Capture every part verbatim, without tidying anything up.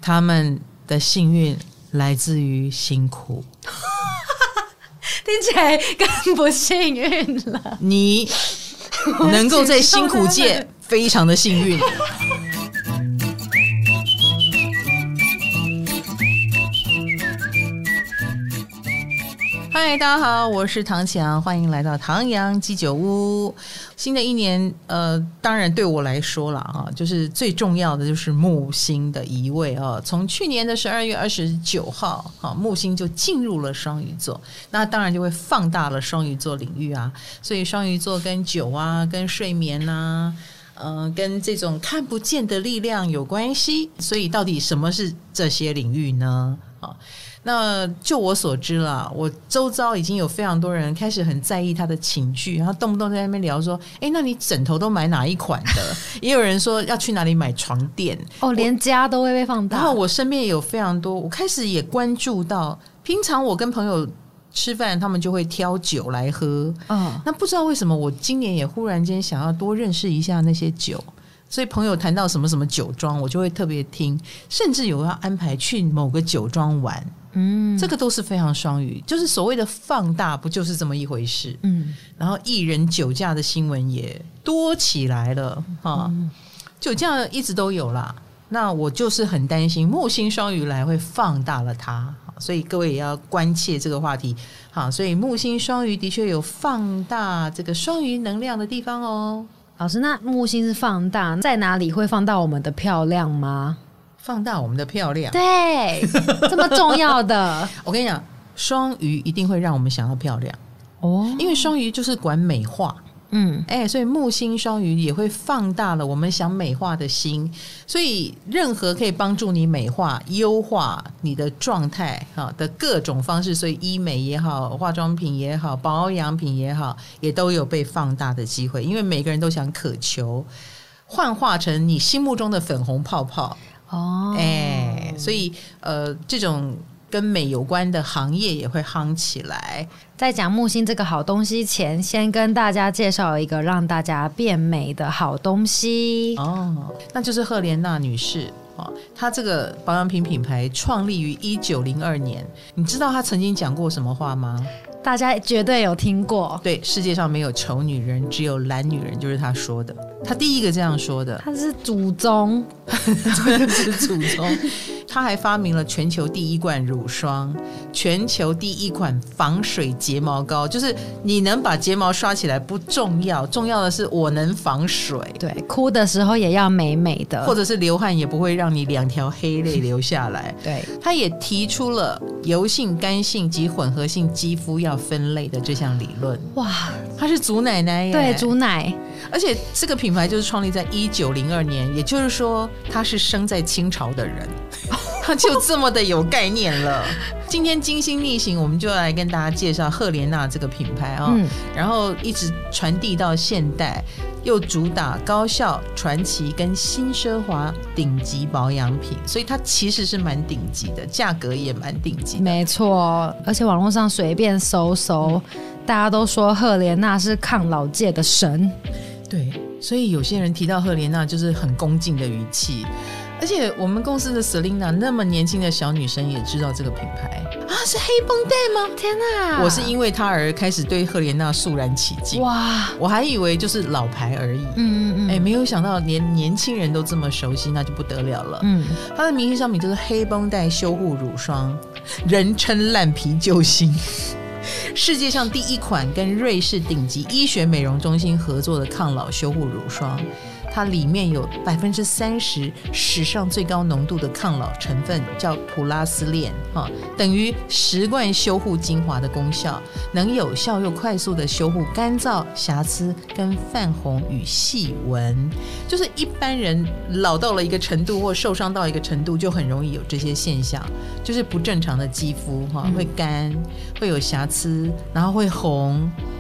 他们的幸运来自于辛苦。 听起来更不幸运了。 你能够在辛苦界非常的幸运。嗨，大家好，我是唐强，欢迎来到唐阳鸡酒屋。新的一年，呃，当然对我来说啦，哈，就是最重要的就是木星的移位啊。从去年的十二月二十九号，哈，木星就进入了双鱼座，那当然就会放大了双鱼座领域啊。所以双鱼座跟酒啊、跟睡眠啊，呃，跟这种看不见的力量有关系。所以到底什么是这些领域呢？啊。那就我所知啦，我周遭已经有非常多人开始很在意他的寝具，然后动不动在那边聊说，哎，那你枕头都买哪一款的？也有人说要去哪里买床垫， 哦，连家都会被放大。 然后我身边也有非常多，我开始也关注到，平常我跟朋友吃饭，他们就会挑酒来喝，嗯，那不知道为什么我今年也忽然间想要多认识一下那些酒。所以朋友谈到什么什么酒庄，我就会特别听，甚至有要安排去某个酒庄玩。嗯，这个都是非常双鱼，就是所谓的放大，不就是这么一回事？嗯，然后艺人酒驾的新闻也多起来了哈、嗯，酒驾一直都有啦。那我就是很担心木星双鱼来会放大了它，所以各位也要关切这个话题。好，所以木星双鱼的确有放大这个双鱼能量的地方哦。 老师，那木星是放大，在哪里会放大我们的漂亮吗？ 放大我们的漂亮， 对，这么重要的。 我跟你讲，双鱼一定会让我们想要漂亮哦，因为双鱼就是管美化，嗯，哎，所以木星双鱼也会放大了我们想美化的心，所以任何可以帮助你美化、优化你的状态的各种方式，所以医美也好、化妆品也好、保养品也好，也都有被放大的机会，因为每个人都想渴求幻化成你心目中的粉红泡泡。哦，哎，所以呃，这种跟美有关的行业也会夯起来。 在讲木星这个好东西前，先跟大家介绍一个让大家变美的好东西哦，那就是赫莲娜女士。哦，她这个保养品品牌创立于一九零二年，你知道她曾经讲过什么话吗？ 大家绝对有听过， 对，世界上没有丑女人，只有懒女人，就是她说的，她第一个这样说的。 她是祖宗， 真的是祖宗。她还发明了全球第一罐乳霜，全球第一款防水睫毛膏，就是你能把睫毛刷起来不重要，重要的是我能防水。 对，哭的时候也要美美的， 或者是流汗也不会让你两条黑泪流下来。 对， 她也提出了油性、干性及混合性肌肤要分类的这项理论。哇，她是祖奶奶耶！ 对，祖奶。 而且这个品牌就是创立在一九零二年，也就是说她是生在清朝的人，她就这么的有概念了。今天金星逆行，我们就来跟大家介绍赫莲娜这个品牌啊、哦嗯，然后一直传递到现代，又主打高效、传奇跟新奢华顶级保养品，所以它其实是蛮顶级的，价格也蛮顶级的。 没错，而且网络上随便搜搜，大家都说赫莲娜是抗老界的神。 对，所以有些人提到赫莲娜就是很恭敬的语气。而且我们公司的 Selina 那么年轻的小女生也知道这个品牌啊，是黑绷带吗？ 天哪！ 我是因为她而开始对赫莲娜肃然起敬。哇，我还以为就是老牌而已。嗯嗯嗯，哎，没有想到连年轻人都这么熟悉，那就不得了了。嗯，它的明星商品就是黑绷带修护乳霜，人称烂皮救星。世界上第一款跟瑞士顶级医学美容中心合作的抗老修护乳霜，它里面有百分之三十史上最高浓度的抗老成分，叫普拉斯链，哈，等于十罐修护精华的功效，能有效又快速的修护干燥、瑕疵跟泛红与细纹。就是一般人老到了一个程度或受伤到一个程度，就很容易有这些现象，就是不正常的肌肤，哈，会干，会有瑕疵，然后会红。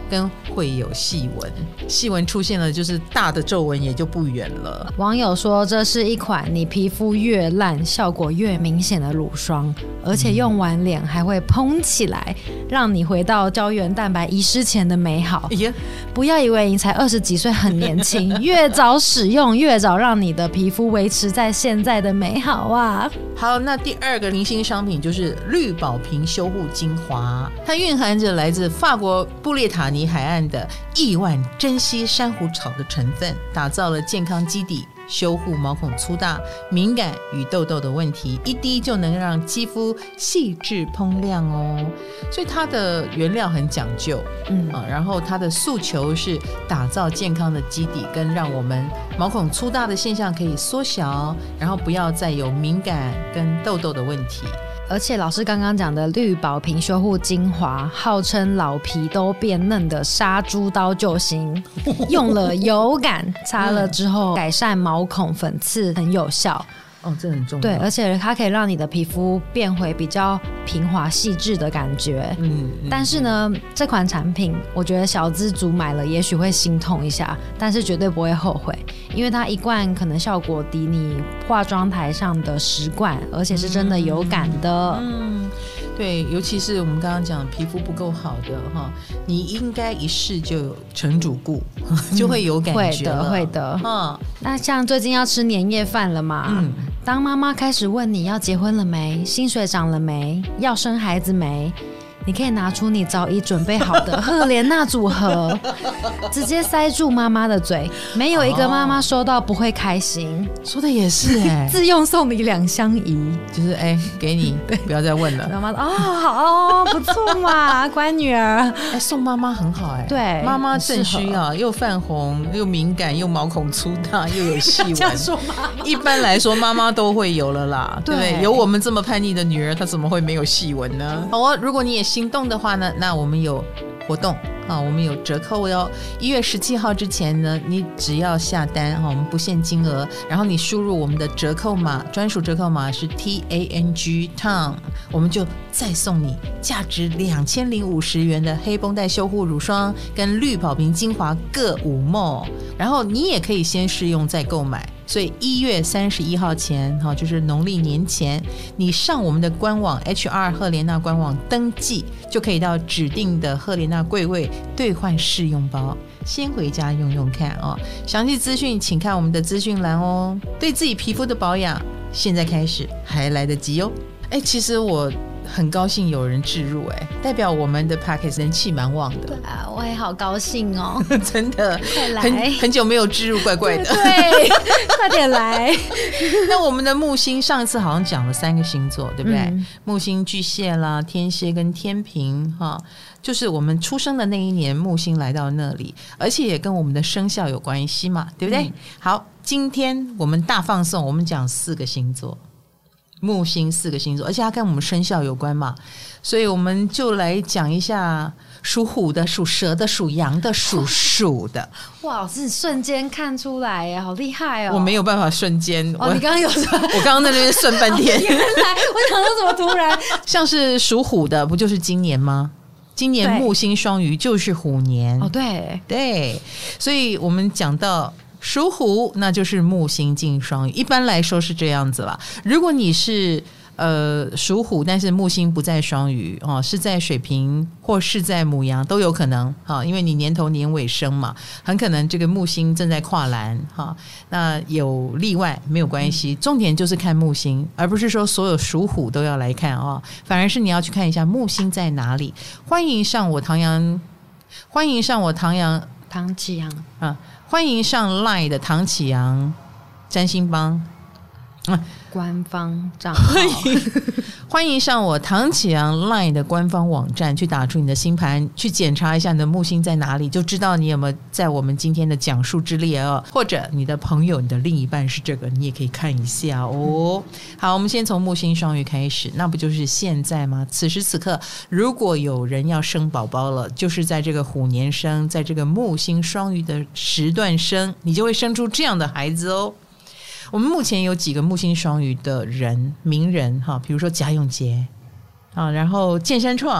跟会有细纹，细纹出现了就是大的皱纹也就不远了。 网友说这是一款你皮肤越烂效果越明显的乳霜，而且用完脸还会嘭起来，让你回到胶原蛋白遗失前的美好。 哎呀， 不要以为你才二十几岁很年轻，越早使用越早让你的皮肤维持在现在的美好啊。 好，那第二个明星商品就是绿宝瓶修护精华，它蕴含着来自法国布列塔尼海岸的亿万珍稀珊瑚草的成分，打造了健康基底，修护毛孔粗大、敏感与痘痘的问题，一滴就能让肌肤细致蓬亮哦。所以它的原料很讲究，嗯啊，然后它的诉求是打造健康的基底，跟让我们毛孔粗大的现象可以缩小，然后不要再有敏感跟痘痘的问题。 而且老师刚刚讲的绿宝瓶修护精华，号称老皮都变嫩的杀猪刀救星，用了有感，擦了之后改善毛孔粉刺很有效。 哦，这很重要。 对，而且它可以让你的皮肤变回比较平滑细致的感觉。嗯，嗯但是呢，这款产品我觉得小资族买了也许会心痛一下，但是绝对不会后悔，因为它一罐可能效果抵你化妆台上的十罐，而且是真的有感的。嗯。嗯对，尤其是我们刚刚讲皮肤不够好的哈，你应该一试就成主顾，就会有感觉了。 嗯、会的，会的。嗯，那像最近要吃年夜饭了嘛？嗯，当妈妈开始问你要结婚了没，薪水涨了没，要生孩子没？你可以拿出你早已准备好的赫莲娜组合，直接塞住妈妈的嘴，没有一个妈妈收到不会开心。 哦、说的也是哎、欸， 自用送你两相宜， 就是哎、欸，给你，不要再问了。 妈妈说哦，好哦，不错嘛，乖女儿。 哎、欸，送妈妈很好哎、欸， 对， 妈妈正需要，又泛红，又敏感，又毛孔粗大，又有细纹。 这样说妈妈， 一般来说妈妈都会有了啦，对不对？有我们这么叛逆的女儿，她怎么会没有细纹呢？好哦，如果你也心动的话呢，那我们有活动啊，我们有折扣哟。一月十七号之前呢，你只要下单哈，我们不限金额，然后你输入我们的折扣码，专属折扣码是 T A N G T A N G， 我们就再送你价值两千零五十元的黑绷带修护乳霜跟绿宝瓶精华各五 ml， 然后你也可以先试用再购买。所以一月三十一号前，就是农历年前，你上我们的官网 H R 赫莲娜官网登记，就可以到指定的赫莲娜柜位兑换试用包，先回家用用看哦。详细资讯请看我们的资讯栏哦。对自己皮肤的保养，现在开始还来得及哦。哎，其实我很高兴有人置入，哎，代表我们的 Podcast 人气蛮旺的。 对啊，我也好高兴哦， 真的， 快来， 很很久没有置入，怪怪的。 对，对快点来。 那我们的木星上次好像讲了三个星座，对不对？嗯、木星巨蟹啦、天蝎跟天秤哈，就是我们出生的那一年，木星来到那里，而且也跟我们的生肖有关系嘛，对不对？嗯、好，今天我们大放送，我们讲四个星座。木星四个星座，而且它跟我们生肖有关嘛，所以我们就来讲一下属虎的、属蛇的、属羊的、属鼠的。 哇，老师瞬间看出来耶，好厉害哦！ 我没有办法瞬间， 哦，你刚刚有说， 我刚刚在那边算半天。 原来我想说怎么突然， 像是属虎的，不就是今年吗？今年木星双鱼就是虎年哦，对对，所以我们讲到属虎，那就是木星进双鱼，一般来说是这样子啦。如果你是呃属虎，但是木星不在双鱼哦，是在水瓶或是在牡羊都有可能哈、哦，因为你年头年尾生嘛，很可能这个木星正在跨栏哈、哦。那有例外没有关系，重点就是看木星，而不是说所有属虎都要来看哦，反而是你要去看一下木星在哪里。欢迎上我唐阳，欢迎上我唐阳唐启阳啊。欢迎上 Line 的唐启阳占星帮、啊、 官方账号， 欢迎上我唐启阳 Line 的官方网站，去打出你的星盘，去检查一下你的木星在哪里，就知道你有没有在我们今天的讲述之列哦。或者你的朋友、你的另一半是这个，你也可以看一下哦。好，我们先从木星双鱼开始，那不就是现在吗？此时此刻，如果有人要生宝宝了，就是在这个虎年生，在这个木星双鱼的时段生，你就会生出这样的孩子哦。我们目前有几个木星双鱼的人名人哈，比如说贾永婕啊，然后剑山创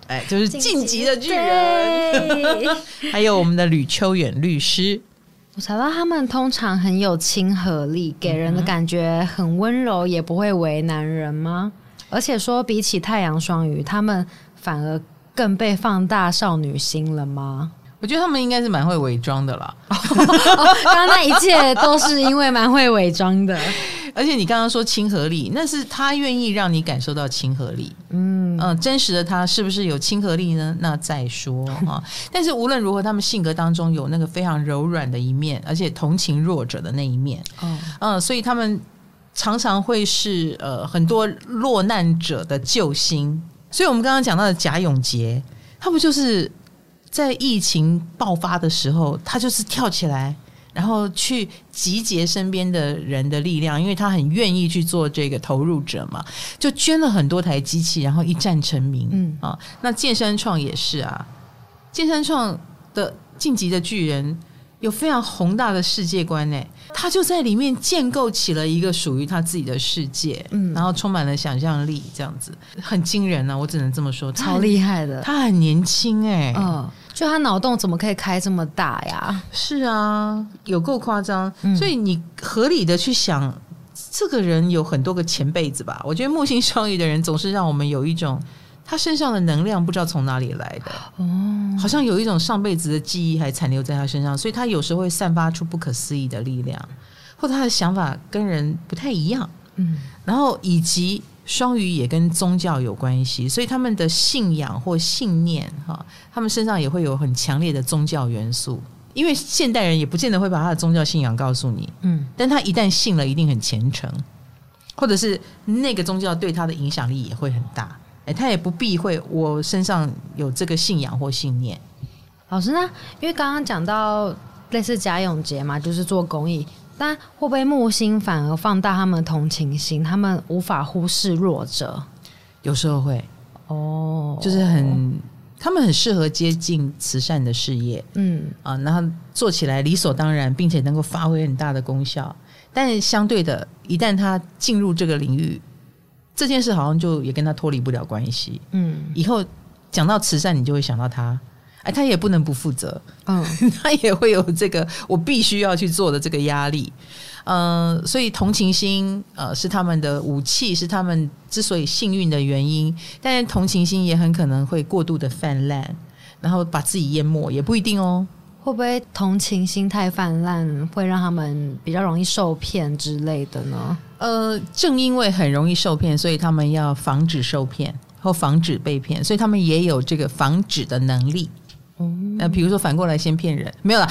哎，就是晋级的巨人。还有我们的吕秋远律师， 我查到他们通常很有亲和力，给人的感觉很温柔，也不会为难人吗？而且说比起太阳双鱼，他们反而更被放大少女心了吗？ 我觉得他们应该是蛮会伪装的啦。 哦，刚刚那一切都是因为蛮会伪装的。 而且你刚刚说亲和力，那是他愿意让你感受到亲和力。嗯嗯、呃，真实的他是不是有亲和力呢？那再说啊。但是无论如何，他们性格当中有那个非常柔软的一面，而且同情弱者的那一面。嗯、呃，所以他们常常会是呃很多落难者的救星。所以我们刚刚讲到的贾永杰，他不就是在疫情爆发的时候，他就是跳起来，然后去集结身边的人的力量，因为他很愿意去做这个投入者嘛，就捐了很多台机器，然后一战成名。嗯啊，那剑山创也是啊，剑山创的晋级的巨人有非常宏大的世界观呢，他就在里面建构起了一个属于他自己的世界，嗯，然后充满了想象力，这样子很惊人啊！我只能这么说， 超厉害的。 他很年轻哎、欸， 嗯，就他脑洞怎么可以开这么大呀？ 是啊，有够夸张、嗯。所以你合理的去想，这个人有很多个前辈子吧？我觉得木星双鱼的人总是让我们有一种。他身上的能量不知道从哪里来的，哦，好像有一种上辈子的记忆还残留在他身上，所以他有时候会散发出不可思议的力量，或者他的想法跟人不太一样，嗯，然后以及双鱼也跟宗教有关系，所以他们的信仰或信念哈，他们身上也会有很强烈的宗教元素，因为现代人也不见得会把他的宗教信仰告诉你，嗯，但他一旦信了，一定很虔诚，或者是那个宗教对他的影响力也会很大。欸、他也不避讳我身上有这个信仰或信念。 老师呢？因为刚刚讲到类似贾永杰嘛，就是做公益，但会不会木星反而放大他们的同情心？他们无法忽视弱者？ 有时候会哦，就是很他们很适合接近慈善的事业，嗯啊，然后做起来理所当然，并且能够发挥很大的功效。但相对的，一旦他进入这个领域，这件事好像就也跟他脱离不了关系。嗯，以后讲到慈善，你就会想到他，哎，他也不能不负责。嗯，他也会有这个我必须要去做的这个压力。嗯、呃，所以同情心呃是他们的武器，是他们之所以幸运的原因。但是同情心也很可能会过度的泛滥，然后把自己淹没，也不一定哦。 会不会同情心太泛滥，会让他们比较容易受骗之类的呢？ 呃，正因为很容易受骗，所以他们要防止受骗或防止被骗，所以他们也有这个防止的能力。嗯，呃，比如说反过来先骗人，没有啦，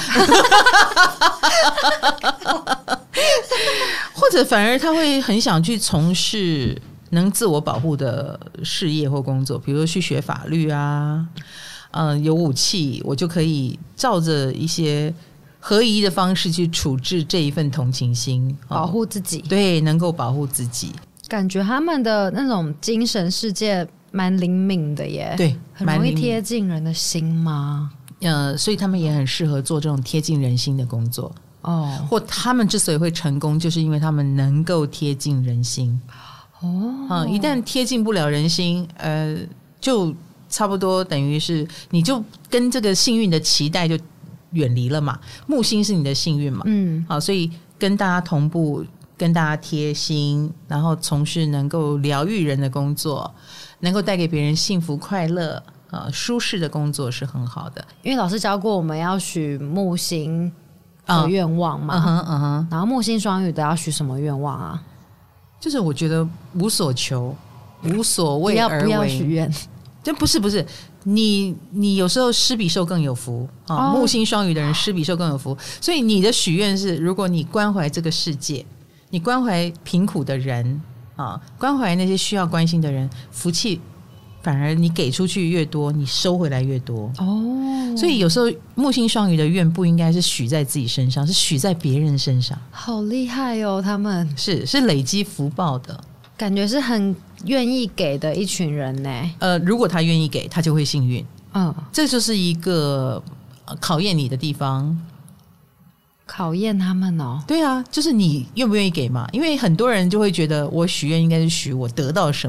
或者反而他会很想去从事能自我保护的事业或工作，比如说去学法律啊。嗯、呃，有武器，我就可以照着一些合宜的方式去处置这一份同情心， 保护自己。 对，能够保护自己。 感觉他们的那种精神世界蛮灵敏的耶， 对， 很容易贴近人的心吗？ 呃，所以他们也很适合做这种贴近人心的工作哦。或他们之所以会成功，就是因为他们能够贴近人心哦。嗯，一旦贴近不了人心，呃，就。差不多等于是你就跟这个幸运的期待就远离了嘛，木星是你的幸运嘛，嗯，好，所以跟大家同步，跟大家贴心，然后从事能够疗愈人的工作，能够带给别人幸福快乐、呃、舒适的工作是很好的。 因为老师教过我们要许木星的愿望嘛，嗯哼嗯哼，然后木星双鱼的要许什么愿望啊？ 就是我觉得无所求，无所谓而为， 不要许愿。 就不是不是你你有时候施比受更有福啊、哦！木星双鱼的人施比受更有福，所以你的许愿是：如果你关怀这个世界，你关怀贫苦的人啊，关怀那些需要关心的人，福气反而你给出去越多，你收回来越多哦。所以有时候木星双鱼的愿不应该是许在自己身上，是许在别人身上。 好厉害哦，他们是是累积福报的。 感觉是很愿意给的一群人呢。 呃，如果他愿意给，他就会幸运。嗯，这就是一个考验你的地方， 考验他们哦。 对啊，就是你愿不愿意给嘛？因为很多人就会觉得，我许愿应该是许我得到什么。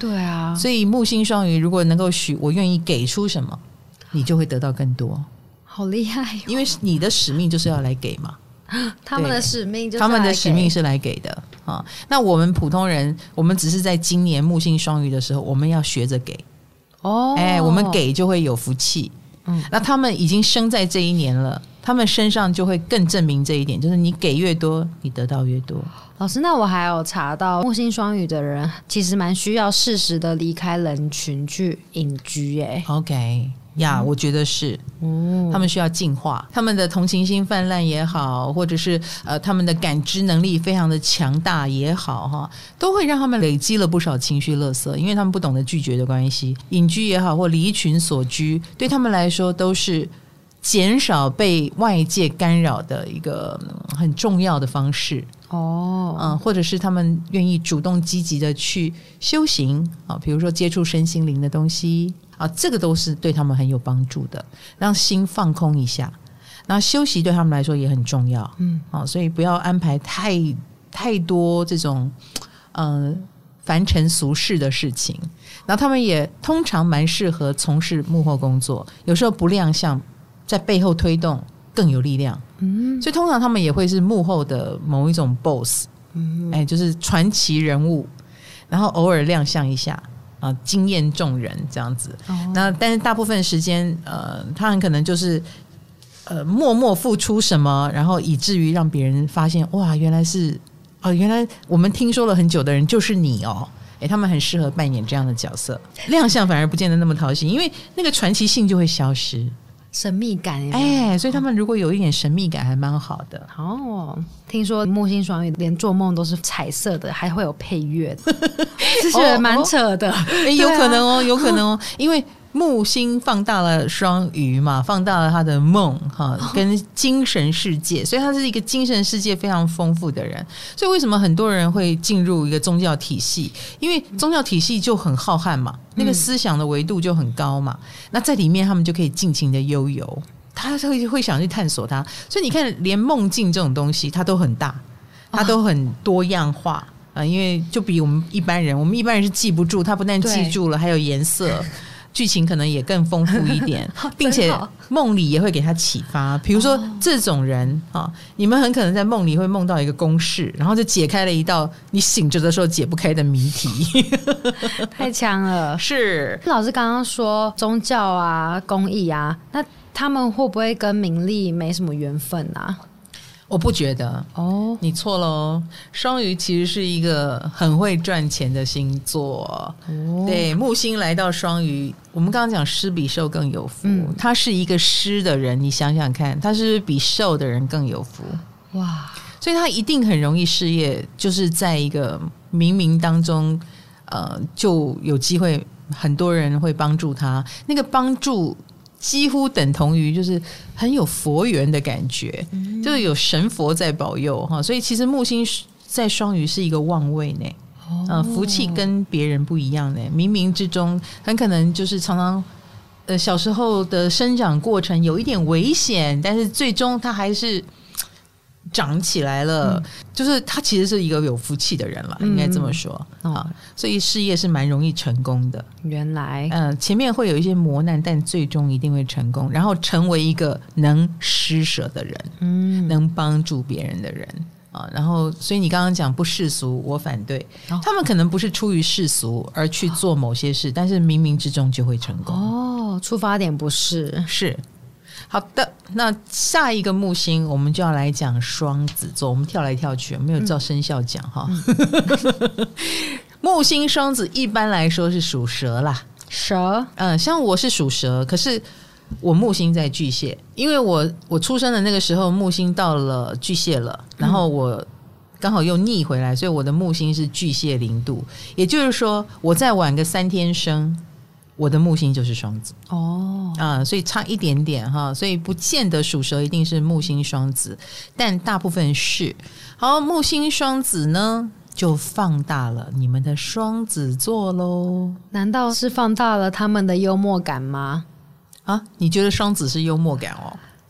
对啊， 所以木星双鱼如果能够许我愿意给出什么，你就会得到更多。 好厉害、哦、 因为你的使命就是要来给嘛， 他们的使命就是他们的使命是来给的啊。那我们普通人，我们只是在今年木星双鱼的时候，我们要学着给哦，哎，我们给就会有福气。嗯，那他们已经生在这一年了，他们身上就会更证明这一点，就是你给越多，你得到越多。 老师，那我还有查到木星双鱼的人其实蛮需要适时的离开人群去隐居耶。 OK呀、yeah, 嗯，我觉得是、嗯，他们需要进化，他们的同情心泛滥也好，或者是呃他们的感知能力非常的强大也好哈，都会让他们累积了不少情绪垃圾，因为他们不懂得拒绝的关系，隐居也好或离群所居，对他们来说都是减少被外界干扰的一个很重要的方式哦，嗯，或者是他们愿意主动积极的去修行啊，比如说接触身心灵的东西。啊，这个都是对他们很有帮助的，让心放空一下。然后休息对他们来说也很重要，嗯，啊，所以不要安排太太多这种呃凡尘俗世的事情。然后他们也通常蛮适合从事幕后工作，有时候不亮相，在背后推动更有力量。嗯，所以通常他们也会是幕后的某一种 boss， 嗯，哎，就是传奇人物，然后偶尔亮相一下。啊，惊艳众人这样子，哦、那但是大部分时间，呃，他很可能就是呃默默付出什么，然后以至于让别人发现，哇，原来是哦，原来我们听说了很久的人就是你哦，哎，他们很适合扮演这样的角色，亮相反而不见得那么讨喜，因为那个传奇性就会消失。 神秘感， 哎，所以他们如果有一点神秘感还蛮好的哦。听说木星双鱼连做梦都是彩色的，还会有配乐的，这是蛮扯的。 哎、哦，有可能哦，有可能哦，因为木星放大了双鱼嘛，放大了他的梦哈，跟精神世界，所以他是一个精神世界非常丰富的人。所以为什么很多人会进入一个宗教体系？因为宗教体系就很浩瀚嘛，那个思想的维度就很高嘛，嗯、那在里面他们就可以尽情的悠游，他会会想去探索它。所以你看，连梦境这种东西，它都很大，它都很多样化啊。因为就比我们一般人，我们一般人是记不住，他不但记住了，还有颜色。剧情可能也更丰富一点，并且梦里也会给他启发。比如说这种人啊，你们很可能在梦里会梦到一个公式，然后就解开了一道你醒着的时候解不开的谜题。 太强了！是老师刚刚说宗教啊、公益啊，那他们会不会跟名利没什么缘分啊？ 我不觉得哦，你错了哦。双鱼其实是一个很会赚钱的星座，哦、对，木星来到双鱼，我们刚刚讲施比受更有福，嗯、他是一个施的人，你想想看，他是比受的人更有福哇，所以他一定很容易事业就是在一个冥冥当中，呃，就有机会，很多人会帮助他，那个帮助。几乎等同于就是很有佛缘的感觉，嗯、就是有神佛在保佑哈，所以其实木星在双鱼是一个旺位呢，哦呃，福气跟别人不一样呢，冥冥之中很可能就是常常呃小时候的生长过程有一点危险，但是最终他还是长起来了，嗯、就是他其实是一个有福气的人了，嗯、应该这么说啊，哦，所以事业是蛮容易成功的。 原来， 嗯、呃，前面会有一些磨难，但最终一定会成功，然后成为一个能施舍的人，嗯，能帮助别人的人啊。然后，所以你刚刚讲不世俗，我反对，哦，他们可能不是出于世俗而去做某些事，哦，但是冥冥之中就会成功。哦， 出发点不是是。好的，那下一个木星我们就要来讲双子座，我们跳来跳去没有照生肖讲哈。嗯、木星双子一般来说是属蛇啦， 蛇， 嗯，像我是属蛇，可是我木星在巨蟹，因为我我出生的那个时候木星到了巨蟹了，然后我刚好又逆回来，所以我的木星是巨蟹零度，也就是说我再晚个三天生。我的木星就是双子哦，啊，所以差一点点哈，所以不见得属蛇一定是木星双子，但大部分是。好，木星双子呢，就放大了你们的双子座喽。 难道是放大了他们的幽默感吗？ 啊，你觉得双子是幽默感哦？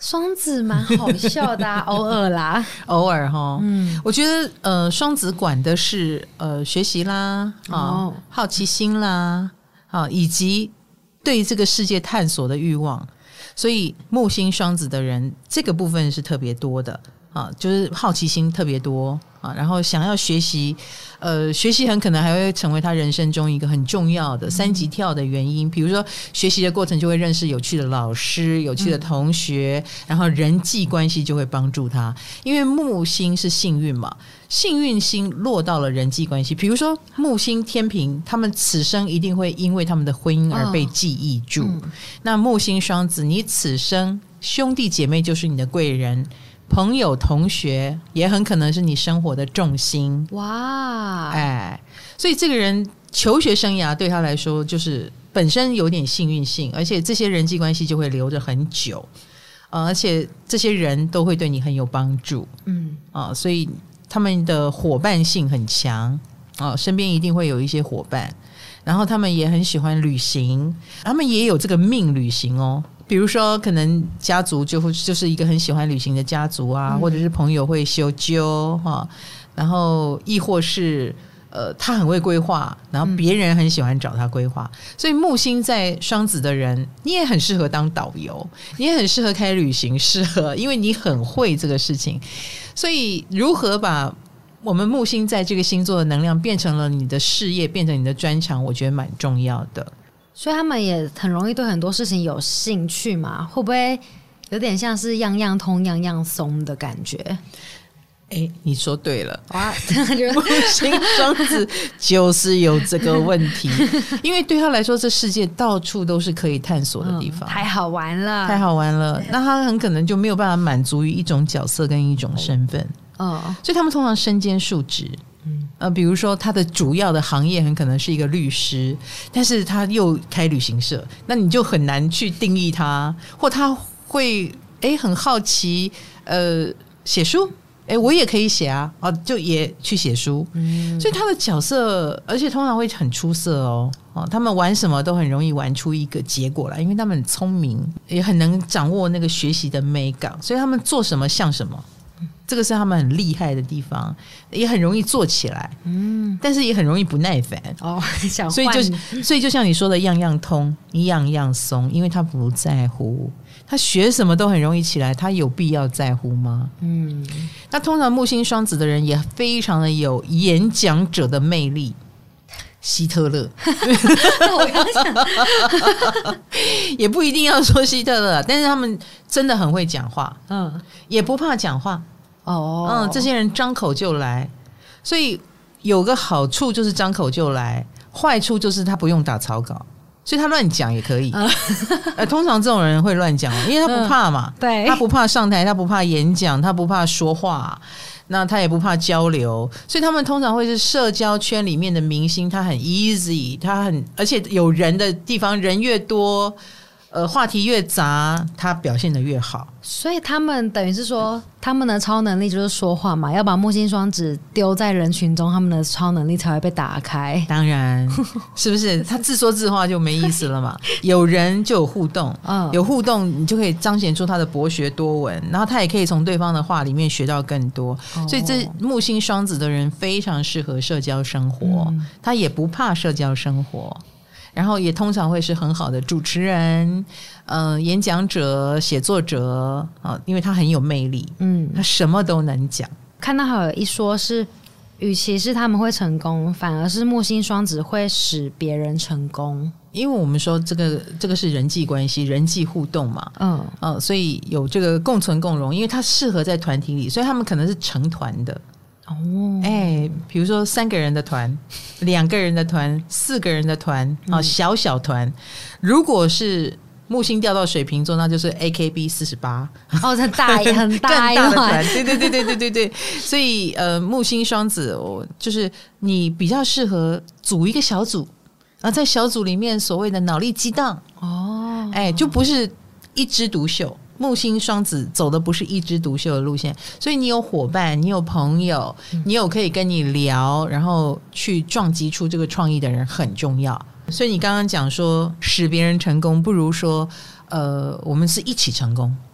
双子蛮好笑的、啊，偶尔啦， 偶尔哈。嗯，我觉得呃，双子管的是呃学习啦，啊、哦，好奇心啦，啊，以及对这个世界探索的欲望。所以木星双子的人，这个部分是特别多的啊，就是好奇心特别多啊，然后想要学习，呃，学习很可能还会成为他人生中一个很重要的三级跳的原因。比如说，学习的过程就会认识有趣的老师、有趣的同学，嗯、然后人际关系就会帮助他。因为木星是幸运嘛，幸运星落到了人际关系。比如说木星天秤，他们此生一定会因为他们的婚姻而被记忆住。哦嗯、那木星双子，你此生兄弟姐妹就是你的贵人。朋友同学也很可能是你生活的重心。哇，哎，所以这个人求学生涯对他来说就是本身有点幸运性，而且这些人际关系就会留着很久、呃、而且这些人都会对你很有帮助。嗯啊，所以他们的伙伴性很强啊，身边一定会有一些伙伴，然后他们也很喜欢旅行，他们也有这个命旅行哦。比如说可能家族就会就是一个很喜欢旅行的家族啊、嗯、或者是朋友会修究哈，然后亦或是呃他很会规划，然后别人很喜欢找他规划、嗯、所以木星在双子的人，你也很适合当导游，你也很适合开旅行社，因为你很会这个事情。所以如何把我们木星在这个星座的能量变成了你的事业，变成你的专长，我觉得蛮重要的。 所以他们也很容易对很多事情有兴趣嘛，会不会有点像是样样通样样松的感觉？ 哎，你说对了，哇，木星双子就是有这个问题，因为对他来说，这世界到处都是可以探索的地方， 嗯、太好玩了， 太好玩了。那他很可能就没有办法满足于一种角色跟一种身份，哦，所以他们通常身兼数职。呃，比如说他的主要的行业很可能是一个律师，但是他又开旅行社，那你就很难去定义他，或他会哎很好奇，呃，写书，哎，我也可以写啊，啊，就也去写书，嗯，所以他的角色，而且通常会很出色哦，哦，他们玩什么都很容易玩出一个结果来，因为他们很聪明，也很能掌握那个学习的美感，所以他们做什么像什么。这个是他们很厉害的地方，也很容易做起来，嗯，但是也很容易不耐烦哦，想所以就所以就像你说的样样通，你样样松，因为他不在乎，他学什么都很容易起来，他有必要在乎吗？嗯，那通常木星双子的人也非常的有演讲者的魅力。希特勒我刚想也不一定要说希特勒，但是他们真的很会讲话，嗯，也不怕讲话哦，嗯，这些人张口就来，所以有个好处就是张口就来，坏处就是他不用打草稿，所以他乱讲也可以、嗯呃、通常这种人会乱讲，因为他不怕嘛、嗯、对，他不怕上台，他不怕演讲，他不怕说话，那他也不怕交流，所以他们通常会是社交圈里面的明星，他很 easy， 他很而且有人的地方人越多，呃，话题越杂，他表现得越好。 所以他们等于是说，他们的超能力就是说话嘛，要把木星双子丢在人群中，他们的超能力才会被打开。 当然，是不是？他自说自话就没意思了嘛。有人就有互动，嗯，有互动，你就可以彰显出他的博学多闻，然后他也可以从对方的话里面学到更多。哦、所以这木星双子的人非常适合社交生活，嗯、他也不怕社交生活。然后也通常会是很好的主持人、呃、演讲者、写作者、啊、因为他很有魅力，嗯，他什么都能讲。 看到还有一说是，与其是他们会成功，反而是木星双子会使别人成功。 因为我们说这个这个是人际关系、人际互动嘛，嗯、呃、所以有这个共存共荣，因为它适合在团体里，所以他们可能是成团的。哦，哎，比如说三个人的团、两个人的团、四个人的团啊、嗯，小小团。如果是木星掉到水瓶座，那就是 A K B 四十八， 哦，很大很大一更大的团，对对对对对对对。所以呃，木星双子，我就是你比较适合组一个小组，然后在小组里面所谓的脑力激荡哦，哎，就不是一枝独秀。木星双子走的不是一枝独秀的路线，所以你有伙伴，你有朋友，你有可以跟你聊，然后去撞击出这个创意的人很重要。所以你刚刚讲说使别人成功，不如说呃，我们是一起成功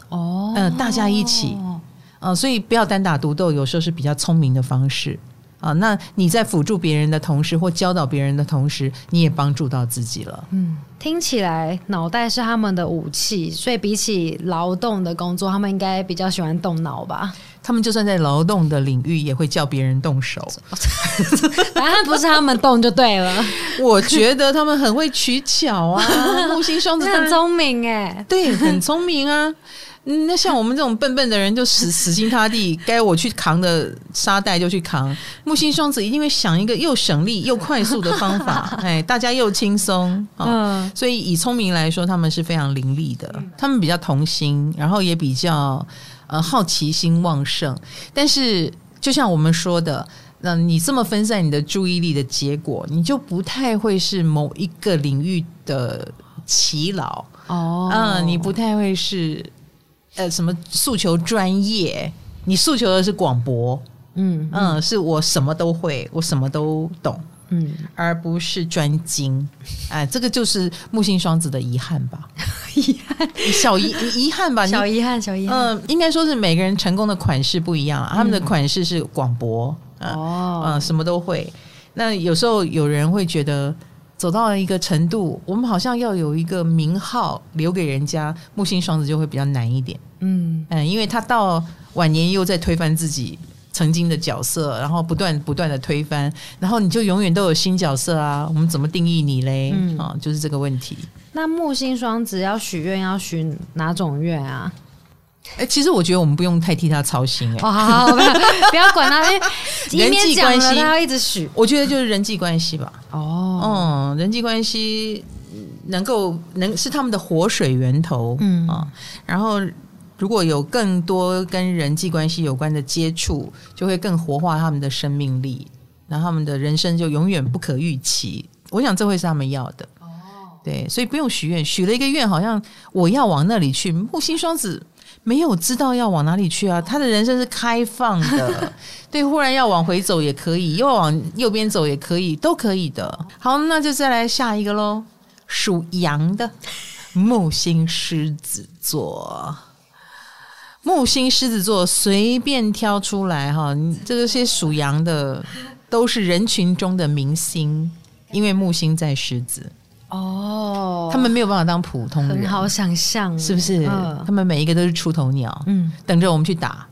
哦， 呃，大家一起，呃，所以不要单打独斗，有时候是比较聪明的方式啊。那你在辅助别人的同时，或教导别人的同时，你也帮助到自己了。 嗯，听起来脑袋是他们的武器，所以比起劳动的工作，他们应该比较喜欢动脑吧？ 他们就算在劳动的领域，也会叫别人动手。 反正不是他们动就对了。 我觉得他们很会取巧啊，木星双子很聪明哎， 对，很聪明啊。嗯，那像我们这种笨笨的人就死死心塌地，该我去扛的沙袋就去扛。木星双子一定会想一个又省力又快速的方法，哎，大家又轻松、哦嗯、所以以聪明来说，他们是非常伶俐的，他们比较童心，然后也比较呃好奇心旺盛。但是就像我们说的，那你这么分散你的注意力的结果，你就不太会是某一个领域的耆老哦，嗯，你不太会是。呃，什么诉求专业？你诉求的是广博，嗯嗯，是我什么都会，我什么都懂，嗯，而不是专精。哎，这个就是木星双子的遗憾吧？遗憾，小遗遗憾吧？ 小遗憾，小遗憾。嗯、 呃，应该说是每个人成功的款式不一样、啊，他们的款式是广博，呃、哦，嗯、呃，什么都会。那有时候有人会觉得。走到了一个程度，我们好像要有一个名号留给人家，木星双子就会比较难一点。嗯嗯，因为他到晚年又在推翻自己曾经的角色，然后不断不断的推翻，然后你就永远都有新角色啊，我们怎么定义你嘞？嗯、啊，就是这个问题。 那木星双子要许愿要许哪种愿啊？ 哎、欸，其实我觉得我们不用太替他操心哎、欸。 哦，好好，不要不要管他，人际关系他要一直许。 我觉得就是人际关系吧。哦，嗯，人际关系能够能是他们的活水源头，嗯啊。然后如果有更多跟人际关系有关的接触，就会更活化他们的生命力，然后他们的人生就永远不可预期。我想这会是他们要的。哦，对，所以不用许愿，许了一个愿，好像我要往那里去。木星双子。没有知道要往哪里去啊，他的人生是开放的，对，忽然要往回走也可以，又要往右边走也可以，都可以的。好，那就再来下一个咯，属羊的木星狮子座。木星狮子座随便挑出来哈，这些属羊的都是人群中的明星，因为木星在狮子。哦，他们没有办法当普通人， 很好想象， 是不是？嗯、他们每一个都是出头鸟，嗯，等着我们去打。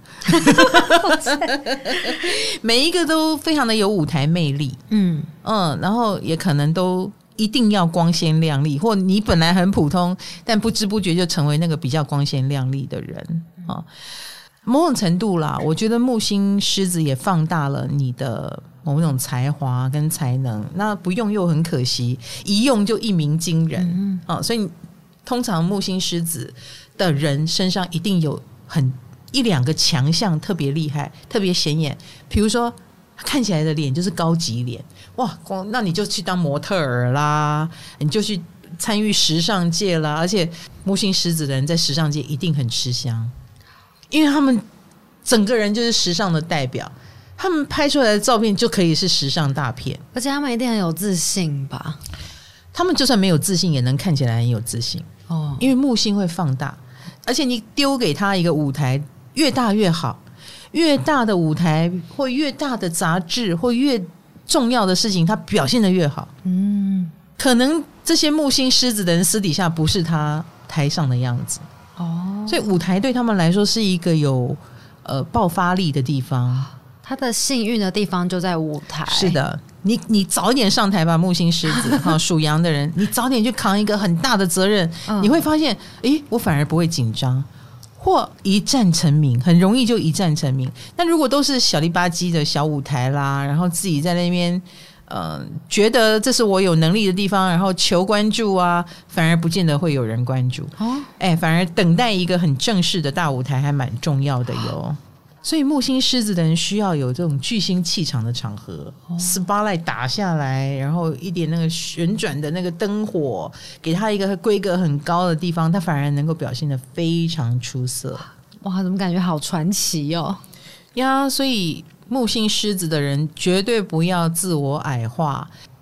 每一个都非常的有舞台魅力，嗯嗯，然后也可能都一定要光鲜亮丽，或你本来很普通，但不知不觉就成为那个比较光鲜亮丽的人啊。某种程度啦，我觉得木星狮子也放大了你的某种才华跟才能，那不用又很可惜，一用就一鸣惊人、嗯啊、所以通常木星狮子的人身上一定有很一两个强项特别厉害特别显眼，比如说看起来的脸就是高级脸，哇，那你就去当模特儿啦，你就去参与时尚界啦，而且木星狮子的人在时尚界一定很吃香，因为他们整个人就是时尚的代表，他们拍出来的照片就可以是时尚大片， 而且他们一定很有自信吧？ 他们就算没有自信也能看起来很有自信哦，因为木星会放大，而且你丢给他一个舞台越大越好，越大的舞台或越大的杂志或越重要的事情他表现得越好，嗯，可能这些木星狮子的人私底下不是他台上的样子哦，所以舞台对他们来说是一个有呃爆发力的地方， 他的幸运的地方就在舞台。 是的，你你早一点上台吧，木星狮子哈，属羊的人，你早点去扛一个很大的责任，嗯、你会发现，诶，我反而不会紧张，或一战成名，很容易就一战成名。但如果都是小里吧唧的小舞台啦，然后自己在那边。呃，觉得这是我有能力的地方，然后求关注啊，反而不见得会有人关注。哦，哎，反而等待一个很正式的大舞台还蛮重要的哟。所以木星狮子的人需要有这种巨星气场的场合、哦、spotlight 打下来，然后一点那个旋转的那个灯火，给他一个规格很高的地方，他反而能够表现得非常出色。 哇，怎么感觉好传奇哦呀！ 所以木星狮子的人绝对不要自我矮化，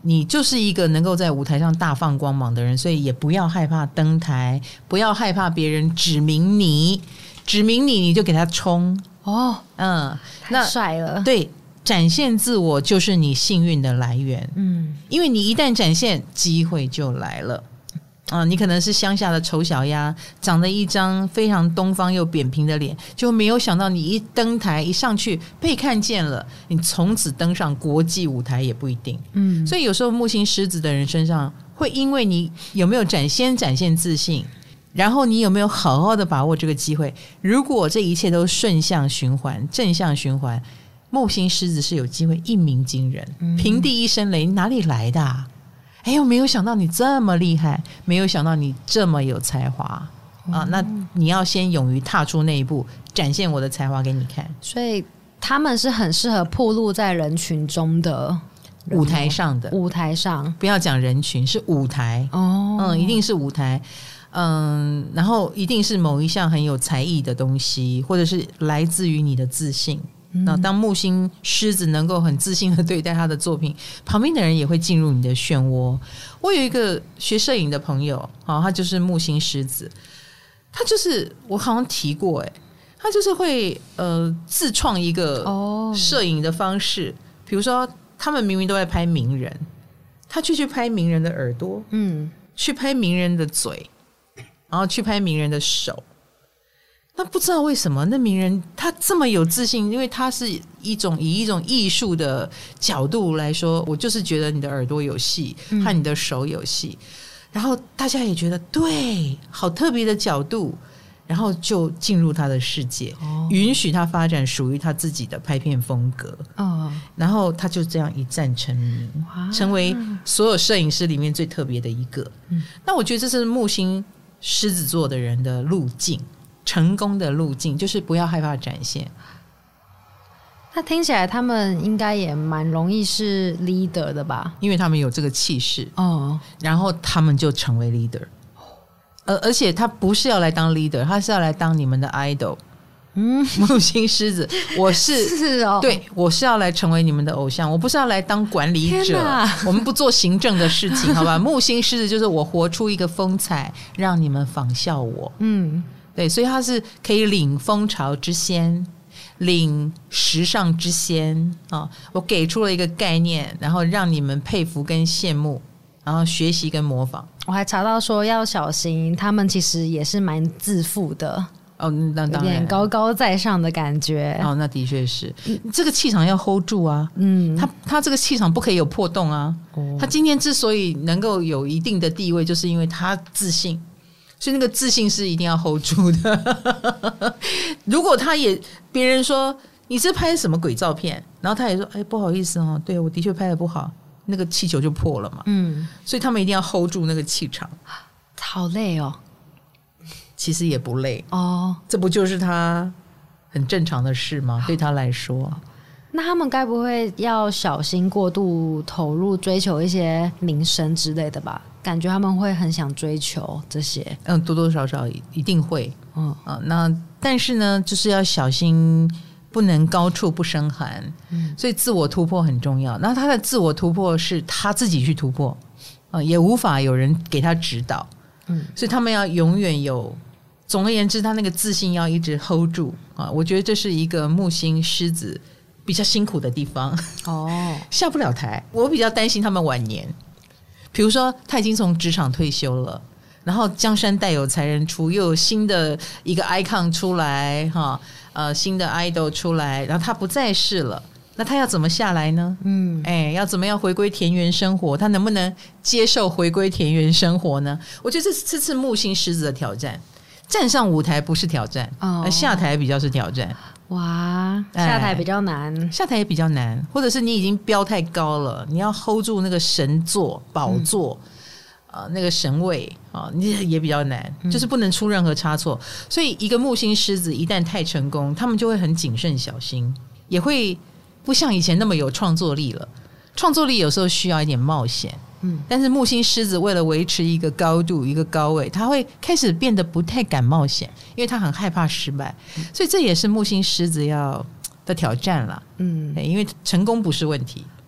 你就是一个能够在舞台上大放光芒的人，所以也不要害怕登台，不要害怕别人指明你，指明你你就给他冲哦， 嗯， 太帅了， 对，展现自我就是你幸运的来源，嗯，因为你一旦展现，机会就来了。啊，你可能是乡下的丑小鸭，长得一张非常东方又扁平的脸，就没有想到你一登台一上去被看见了，你从此登上国际舞台也不一定。嗯，所以有时候木星狮子的人身上会因为你有没有展先展现自信，然后你有没有好好的把握这个机会，如果这一切都顺向循环正向循环，木星狮子是有机会一鸣惊人，平地一声雷，哪里来的啊？哎呦，没有想到你这么厉害，没有想到你这么有才华、嗯、啊！那你要先勇于踏出那一步，展现我的才华给你看。 所以他们是很适合暴露在人群中的， 舞台上的舞台上， 不要讲人群，是舞台哦，嗯，一定是舞台，嗯，然后一定是某一项很有才艺的东西，或者是来自于你的自信。那当木星狮子能够很自信的对待他的作品，旁边的人也会进入你的漩涡。我有一个学摄影的朋友、哦、他就是木星狮子，他就是我好像提过哎，他就是会呃自创一个摄影的方式，比如说他们明明都在拍名人，他就去拍名人的耳朵，嗯，去拍名人的嘴，然后去拍名人的手。那不知道为什么那名人他这么有自信，因为他是一种以一种艺术的角度来说，我就是觉得你的耳朵有戏和你的手有戏、嗯、然后大家也觉得对，好特别的角度，然后就进入他的世界、哦、允许他发展属于他自己的拍片风格、哦、然后他就这样一战成名，成为所有摄影师里面最特别的一个、嗯、那我觉得这是木星狮子座的人的路径，成功的路径就是不要害怕展现。 那听起来他们应该也蛮容易是 leader 的吧， 因为他们有这个气势、哦、然后他们就成为 leader， 而, 而且他不是要来当 leader， 他是要来当你们的 idol。嗯，木星狮子，我是是哦， 对，我是要来成为你们的偶像，我不是要来当管理者，我们不做行政的事情，好吧？木星狮子就是我活出一个风采，让你们仿效我。嗯，对，所以他是可以领风潮之先，领时尚之先啊！我给出了一个概念，然后让你们佩服跟羡慕，然后学习跟模仿。 我还查到说要小心，他们其实也是蛮自负的。 哦，那当然，有点高高在上的感觉。 哦，那的确是，这个气场要 hold 住啊。嗯，他他这个气场不可以有破洞啊。哦，他今天之所以能够有一定的地位，就是因为他自信，所以那个自信是一定要 hold 住的。如果他也别人说你是拍什么鬼照片，然后他也说哎不好意思哦，对我的确拍的不好，那个气球就破了嘛。嗯，所以他们一定要 hold 住那个气场。 好累哦。 其实也不累哦，这不就是他很正常的事吗？对他来说， 那他们该不会要小心过度投入追求一些名声之类的吧？感觉他们会很想追求这些。 嗯，多多少少一定会。嗯啊，那但是呢，就是要小心，不能高处不胜寒。嗯，所以自我突破很重要。那他的自我突破是他自己去突破，啊，也无法有人给他指导。嗯，所以他们要永远有。总而言之，他那个自信要一直 hold 住啊！我觉得这是一个木星狮子比较辛苦的地方哦，下不了台。我比较担心他们晚年，比如说他已经从职场退休了，然后江山代有才人出，又有新的一个 icon 出来哈，呃，新的 idol 出来，然后他不再是了，那他要怎么下来呢？嗯，哎，要怎么样回归田园生活？他能不能接受回归田园生活呢？我觉得这是这次木星狮子的挑战。站上舞台不是挑战，哦，下台比较是挑战。 哇，下台比较难， 哎，下台也比较难，或者是你已经飙太高了，你要 hold 住那个神座、宝座，嗯呃、那个神位啊，你也比较难，嗯，就是不能出任何差错。所以，一个木星狮子一旦太成功，他们就会很谨慎小心，也会不像以前那么有创作力了。创作力有时候需要一点冒险。嗯，但是木星狮子为了维持一个高度一个高位，他会开始变得不太敢冒险，因为他很害怕失败，所以这也是木星狮子要的挑战啦。嗯，因为成功不是问题，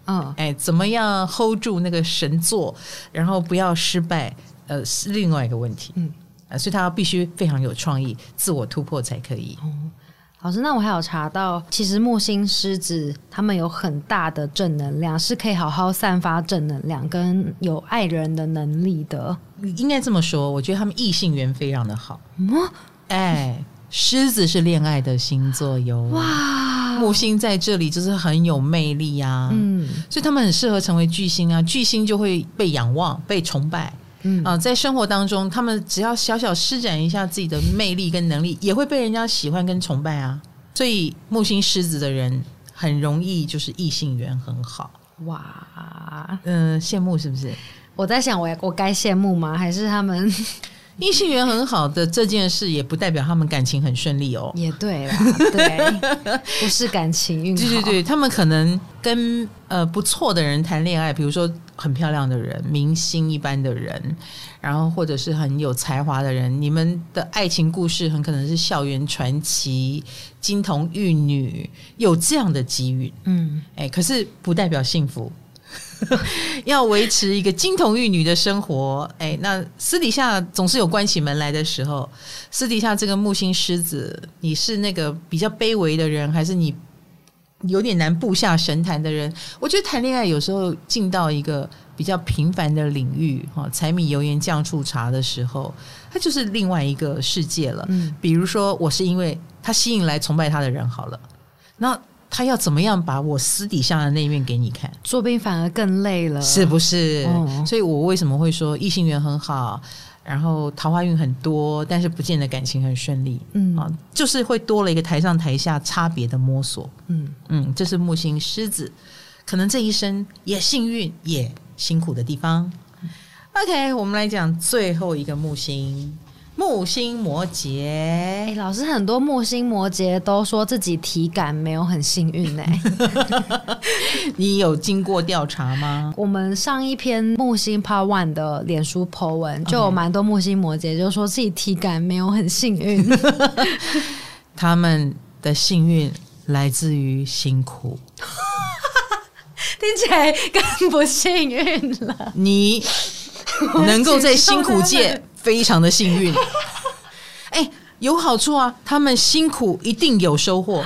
嗯，哎，怎么样 hold 住那个神作，然后不要失败，呃，是另外一个问题。嗯，呃，所以他必须非常有创意，自我突破才可以。 嗯，老师，那我还有查到，其实木星狮子他们有很大的正能量，是可以好好散发正能量跟有爱人的能力的。 应该这么说，我觉得他们异性缘非常的好。嗯，哎，狮子是恋爱的星座哟。哇，木星在这里就是很有魅力啊。嗯，所以他们很适合成为巨星啊，巨星就会被仰望、被崇拜。嗯啊，在生活当中，他们只要小小施展一下自己的魅力跟能力，也会被人家喜欢跟崇拜啊。所以木星狮子的人很容易就是异性缘很好。哇，嗯、呃，羡慕是不是？ 我在想我，我我该羡慕吗？还是他们异性缘很好的这件事，也不代表他们感情很顺利哦。 也对啦，对，不是感情运好。 对对对，他们可能跟呃不错的人谈恋爱，比如说很漂亮的人、明星一般的人，然后或者是很有才华的人，你们的爱情故事很可能是校园传奇、金童玉女，有这样的机遇。嗯，哎，可是不代表幸福。要维持一个金童玉女的生活，哎，那私底下总是有关起门来的时候。私底下这个木星狮子，你是那个比较卑微的人，还是你有点难布下神坛的人？我觉得谈恋爱有时候进到一个比较平凡的领域，柴米油盐酱醋茶的时候，它就是另外一个世界了。嗯，比如说我是因为他吸引来崇拜他的人好了，那他要怎么样把我私底下的那一面给你看， 说不定反而更累了， 是不是？哦，所以我为什么会说异性缘很好，然后桃花运很多，但是不见得感情很顺利。嗯，啊，就是会多了一个台上台下差别的摸索。嗯嗯，这是木星狮子可能这一生也幸运也辛苦的地方。OK， 我们来讲最后一个木星。木星摩羯， 欸，老师，很多木星摩羯都说自己体感没有很幸运欸。 你有经过调查吗？ 我们上一篇木星 Part One 的脸书 po 文就有蛮多木星摩羯就说自己体感没有很幸运。 他们的幸运来自于辛苦。 听起来更不幸运了。 你能够在辛苦界非常的幸运。哎，有好处啊，他们辛苦一定有收获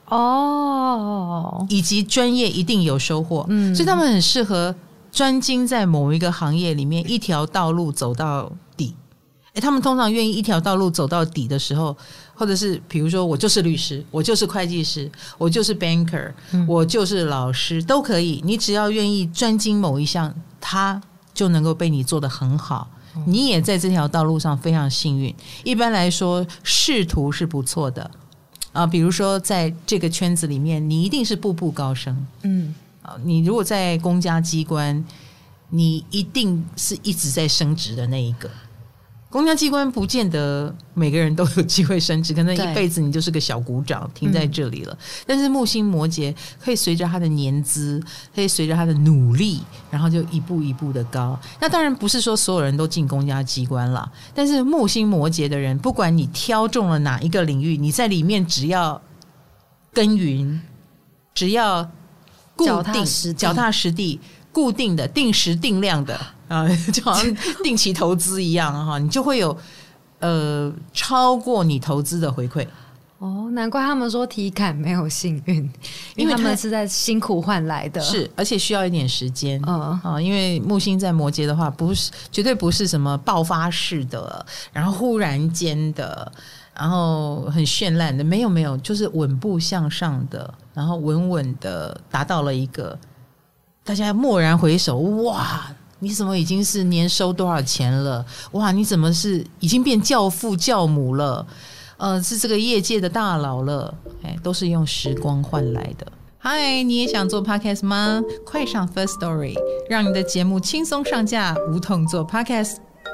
哦，以及专业一定有收获。嗯，所以他们很适合专精在某一个行业里面，一条道路走到底。哎，他们通常愿意一条道路走到底的时候，或者是比如说我就是律师，我就是会计师，我就是 banker，嗯，我就是老师，都可以。你只要愿意专精某一项，他就能够被你做得很好。你也在这条道路上非常幸运。一般来说，仕途是不错的啊。比如说，在这个圈子里面，你一定是步步高升。嗯，啊，你如果在公家机关，你一定是一直在升职的那一个。公家机关不见得每个人都有机会升职，可能一辈子你就是个小股长停在这里了。嗯，但是木星摩羯可以随着他的年资，可以随着他的努力，然后就一步一步的高。那当然不是说所有人都进公家机关啦，但是木星摩羯的人，不管你挑中了哪一个领域，你在里面只要耕耘，只要固定脚踏实地固定的定时定量的啊，就好像定期投资一样哈，你就会有呃超过你投资的回馈。 哦，难怪他们说体感没有幸运，因为他们是在辛苦换来的， 是而且需要一点时间。嗯啊，因为木星在摩羯的话，不是绝对不是什么爆发式的，然后忽然间的，然后很绚烂的，没有没有，就是稳步向上的，然后稳稳的达到了一个。大家蓦然回首，哇，你怎么已经是年收多少钱了？哇，你怎么是已经变教父教母了？呃，是这个业界的大佬了，哎，都是用时光换来的。嗨，你也想做 podcast 吗？快上 First Story， 让你的节目轻松上架，无痛做 podcast。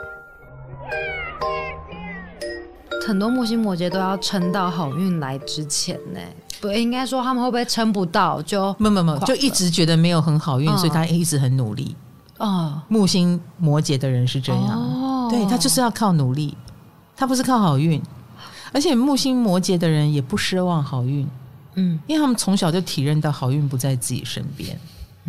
很多木星摩羯都要撑到好运来之前呢。不应该说他们会不会撑不到就没有没有就一直觉得没有很好运，哦，所以他一直很努力。哦，木星摩羯的人是这样，哦，对，他就是要靠努力，他不是靠好运。而且木星摩羯的人也不奢望好运，嗯，因为他们从小就体认到好运不在自己身边。嗯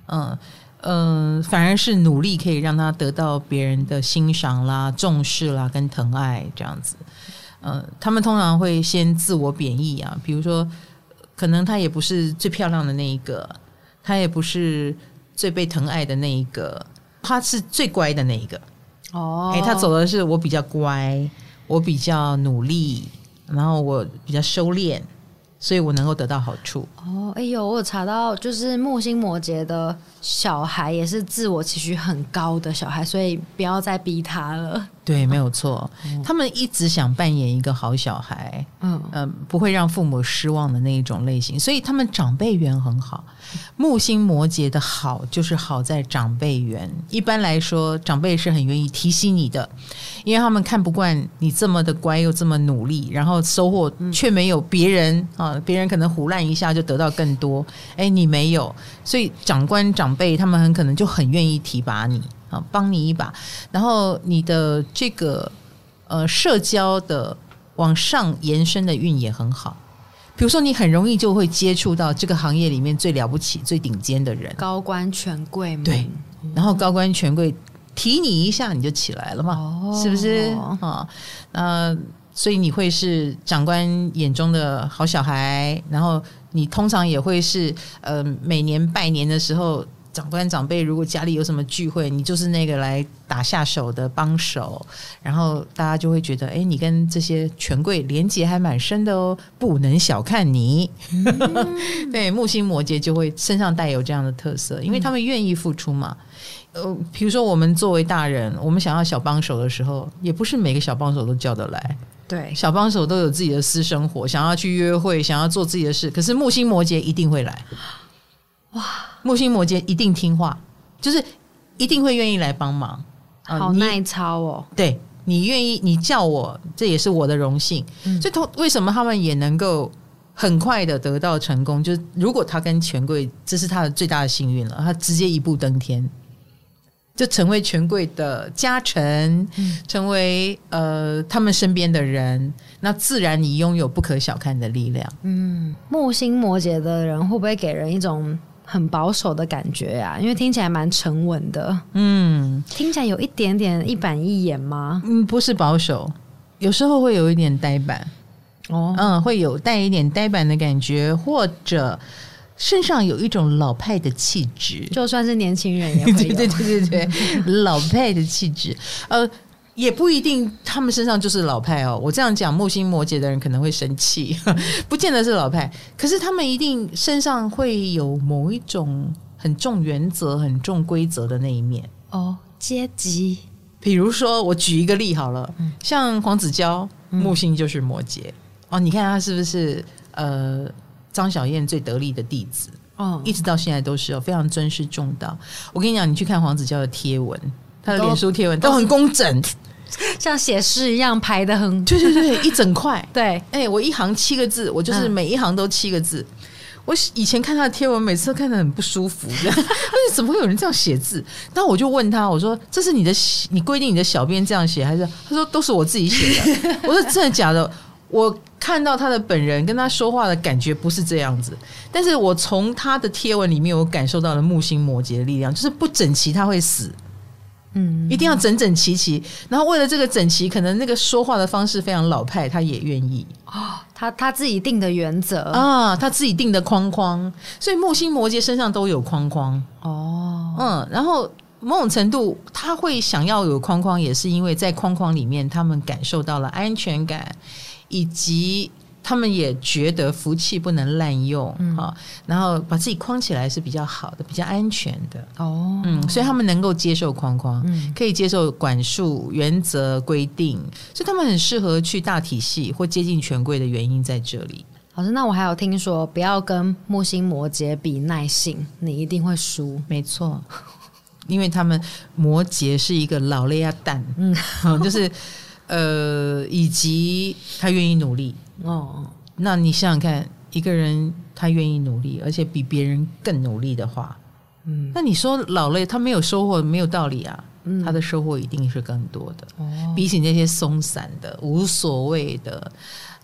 嗯嗯、呃，反而是努力可以让他得到别人的欣赏啦、重视啦跟疼爱这样子。嗯、呃，他们通常会先自我贬义啊，比如说可能他也不是最漂亮的那一个，他也不是最被疼爱的那一个，他是最乖的那一个。哦，哎，他走的是我比较乖，我比较努力，然后我比较收敛，所以我能够得到好处。 哦，哎呦，我有查到，就是木星摩羯的小孩也是自我期许很高的小孩，所以不要再逼他了。 对，没有错，嗯、他们一直想扮演一个好小孩，嗯嗯、呃，不会让父母失望的那一种类型，所以他们长辈缘很好。木星摩羯的好就是好在长辈缘，一般来说长辈是很愿意提醒你的，因为他们看不惯你这么的乖又这么努力，然后收获却没有别人、嗯、啊，别人可能胡乱一下就得到更多，哎，你没有，所以长官长辈他们很可能就很愿意提拔你啊，帮你一把，然后你的这个呃社交的往上延伸的运也很好。比如说你很容易就会接触到这个行业里面最了不起最顶尖的人， 高官权贵们， 对，然后高官权贵提你一下你就起来了嘛、哦、是不是啊？呃，所以你会是长官眼中的好小孩，然后你通常也会是呃每年拜年的时候，长官长辈如果家里有什么聚会，你就是那个来打下手的帮手，然后大家就会觉得哎，你跟这些权贵连结还蛮深的哦，不能小看你、嗯、对，木星摩羯就会身上带有这样的特色，因为他们愿意付出嘛。呃，比如说我们作为大人，我们想要小帮手的时候，也不是每个小帮手都叫得来， 对， 小帮手都有自己的私生活，想要去约会，想要做自己的事，可是木星摩羯一定会来。哇，木星摩羯一定听话，就是一定会愿意来帮忙， 好耐操哦。 对，你愿意，你叫我，这也是我的荣幸。嗯、所以为什么他们也能够很快的得到成功？就是如果他跟权贵，这是他的最大的幸运了，他直接一步登天，就成为权贵的家臣，嗯、成为呃他们身边的人，那自然你拥有不可小看的力量。 嗯，木星摩羯的人会不会给人一种很保守的感觉啊？因为听起来蛮沉稳的。嗯，听起来有一点点一板一眼吗？ 嗯，不是保守，有时候会有一点呆板。哦，嗯，会有带一点呆板的感觉，或者身上有一种老派的气质， 就算是年轻人也会有。 对对对对对，老派的气质。呃，也不一定他们身上就是老派哦。我这样讲，木星摩羯的人可能会生气，不见得是老派，可是他们一定身上会有某一种很重原则、很重规则的那一面。 哦，阶级。 比如说，我举一个例好了，嗯、像黄子佼，木星就是摩羯。嗯哦，你看他是不是呃张小燕最得力的弟子？哦，一直到现在都是哦，非常尊师重道。我跟你讲，你去看黄子佼的贴文，他的脸书贴文都很工整， 像写诗一样排得很， 对对对，一整块。 对， 哎、欸，我一行七个字，我就是每一行都七个字。嗯、我以前看他的贴文，每次都看得很不舒服，这样，怎么会有人这样写字？然后我就问他，我说：“这是你的，你规定你的小编这样写，还是？”他说：“都是我自己写的。”我说：“真的假的？”我看到他的本人跟他说话的感觉不是这样子，但是我从他的贴文里面我感受到了木星摩羯的力量，就是不整齐他会死，嗯，一定要整整齐齐，然后为了这个整齐，可能那个说话的方式非常老派，他也愿意哦，他他自己定的原则啊，他自己定的框框，所以木星摩羯身上都有框框哦，嗯，然后某种程度他会想要有框框，也是因为在框框里面他们感受到了安全感。以及他们也觉得福气不能滥用、嗯啊、然后把自己框起来是比较好的，比较安全的哦。嗯，所以他们能够接受框框、嗯、可以接受管束、原则、规定，所以他们很适合去大体系或接近权贵的原因在这里。 老师，那我还有听说不要跟木星摩羯比耐性，你一定会输。 没错，因为他们摩羯是一个老雷亚蛋，嗯，就是呃，以及他愿意努力哦。那你想想看，一个人他愿意努力，而且比别人更努力的话，嗯，那你说老累他没有收获，没有道理啊。嗯、他的收获一定是更多的，哦、比起那些松散的、无所谓的，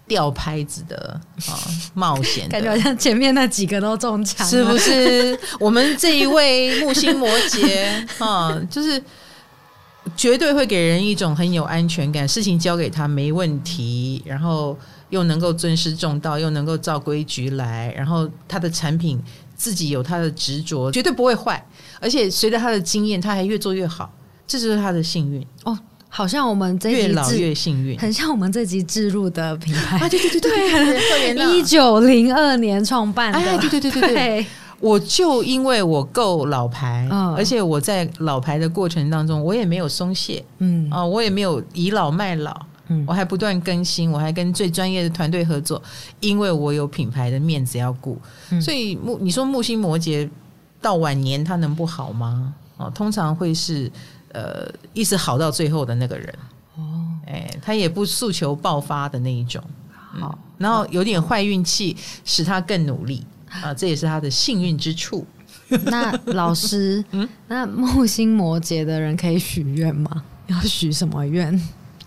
吊拍子的啊冒险的， 感觉好像前面那几个都中枪了， 是不是？我们这一位木星摩羯啊，就是绝对会给人一种很有安全感，事情交给他没问题，然后又能够尊师重道，又能够照规矩来，然后他的产品自己有他的执着，绝对不会坏，而且随着他的经验，他还越做越好，这就是他的幸运哦。好像我们这集越老越幸运， 很像我们这集置入的品牌啊！对对对对， 一九零二年创办的， 哎，对对对对 对, 对。我就因为我够老牌，嗯、而且我在老牌的过程当中，我也没有松懈，嗯啊、呃，我也没有倚老卖老，嗯，我还不断更新，我还跟最专业的团队合作，因为我有品牌的面子要顾，嗯、所以木你说木星摩羯到晚年他能不好吗？哦，通常会是。呃，一直好到最后的那个人哦，哎，他也不诉求爆发的那一种，好、嗯，然后有点坏运气使他更努力啊、呃，这也是他的幸运之处。 那老师，嗯，那木星摩羯的人可以许愿吗？要许什么愿？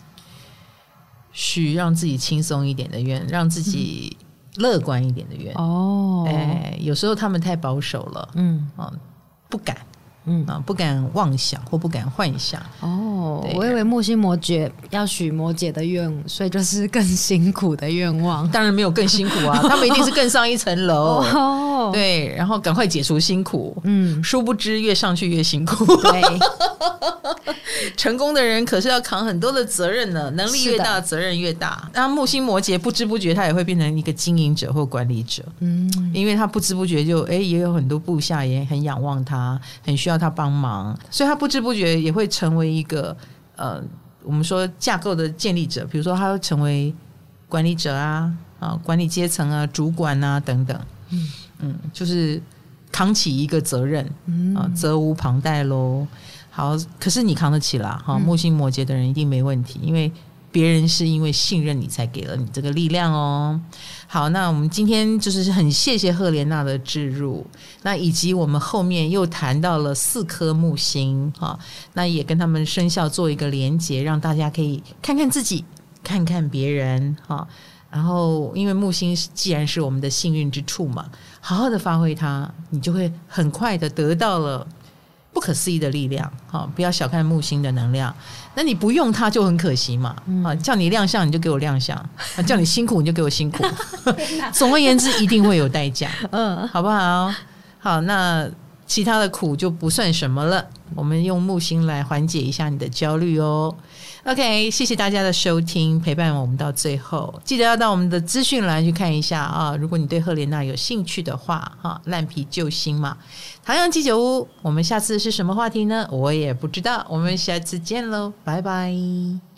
许让自己轻松一点的愿，让自己乐观一点的愿。哦，哎，有时候他们太保守了，嗯啊，不敢。嗯啊，不敢妄想或不敢幻想哦。我以为木星摩羯要许摩羯的愿，所以就是更辛苦的愿望。 当然没有更辛苦啊，他们一定是更上一层楼。哦，对，然后赶快解除辛苦。嗯，殊不知越上去越辛苦。对，成功的人可是要扛很多的责任呢，能力越大，责任越大。那木星摩羯不知不觉他也会变成一个经营者或管理者。嗯，因为他不知不觉就哎也有很多部下也很仰望他，很需要。要他帮忙，所以他不知不觉也会成为一个呃，我们说架构的建立者。比如说，他会成为管理者啊，啊，管理阶层啊，主管啊等等。嗯嗯，就是扛起一个责任啊，责无旁贷喽。好，可是你扛得起啦，哈、啊，木星摩羯的人一定没问题，因为别人是因为信任你才给了你这个力量哦。好，那我们今天就是很谢谢赫莲娜的置入，那以及我们后面又谈到了四颗木星哈，那也跟他们生肖做一个连结，让大家可以看看自己，看看别人哈。然后因为木星既然是我们的幸运之处嘛，好好的发挥它，你就会很快的得到了不可思议的力量，不要小看木星的能量，那你不用它就很可惜嘛，嗯、叫你亮相你就给我亮相，叫你辛苦你就给我辛苦总而言之一定会有代价，嗯，好不好？好，那其他的苦就不算什么了，我们用木星来缓解一下你的焦虑哦。OK， 谢谢大家的收听，陪伴我们到最后，记得要到我们的资讯栏去看一下啊！如果你对赫莲娜有兴趣的话，哈，烂皮救星嘛，唐阳鸡酒屋，我们下次是什么话题呢？我也不知道，我们下次见喽，拜拜。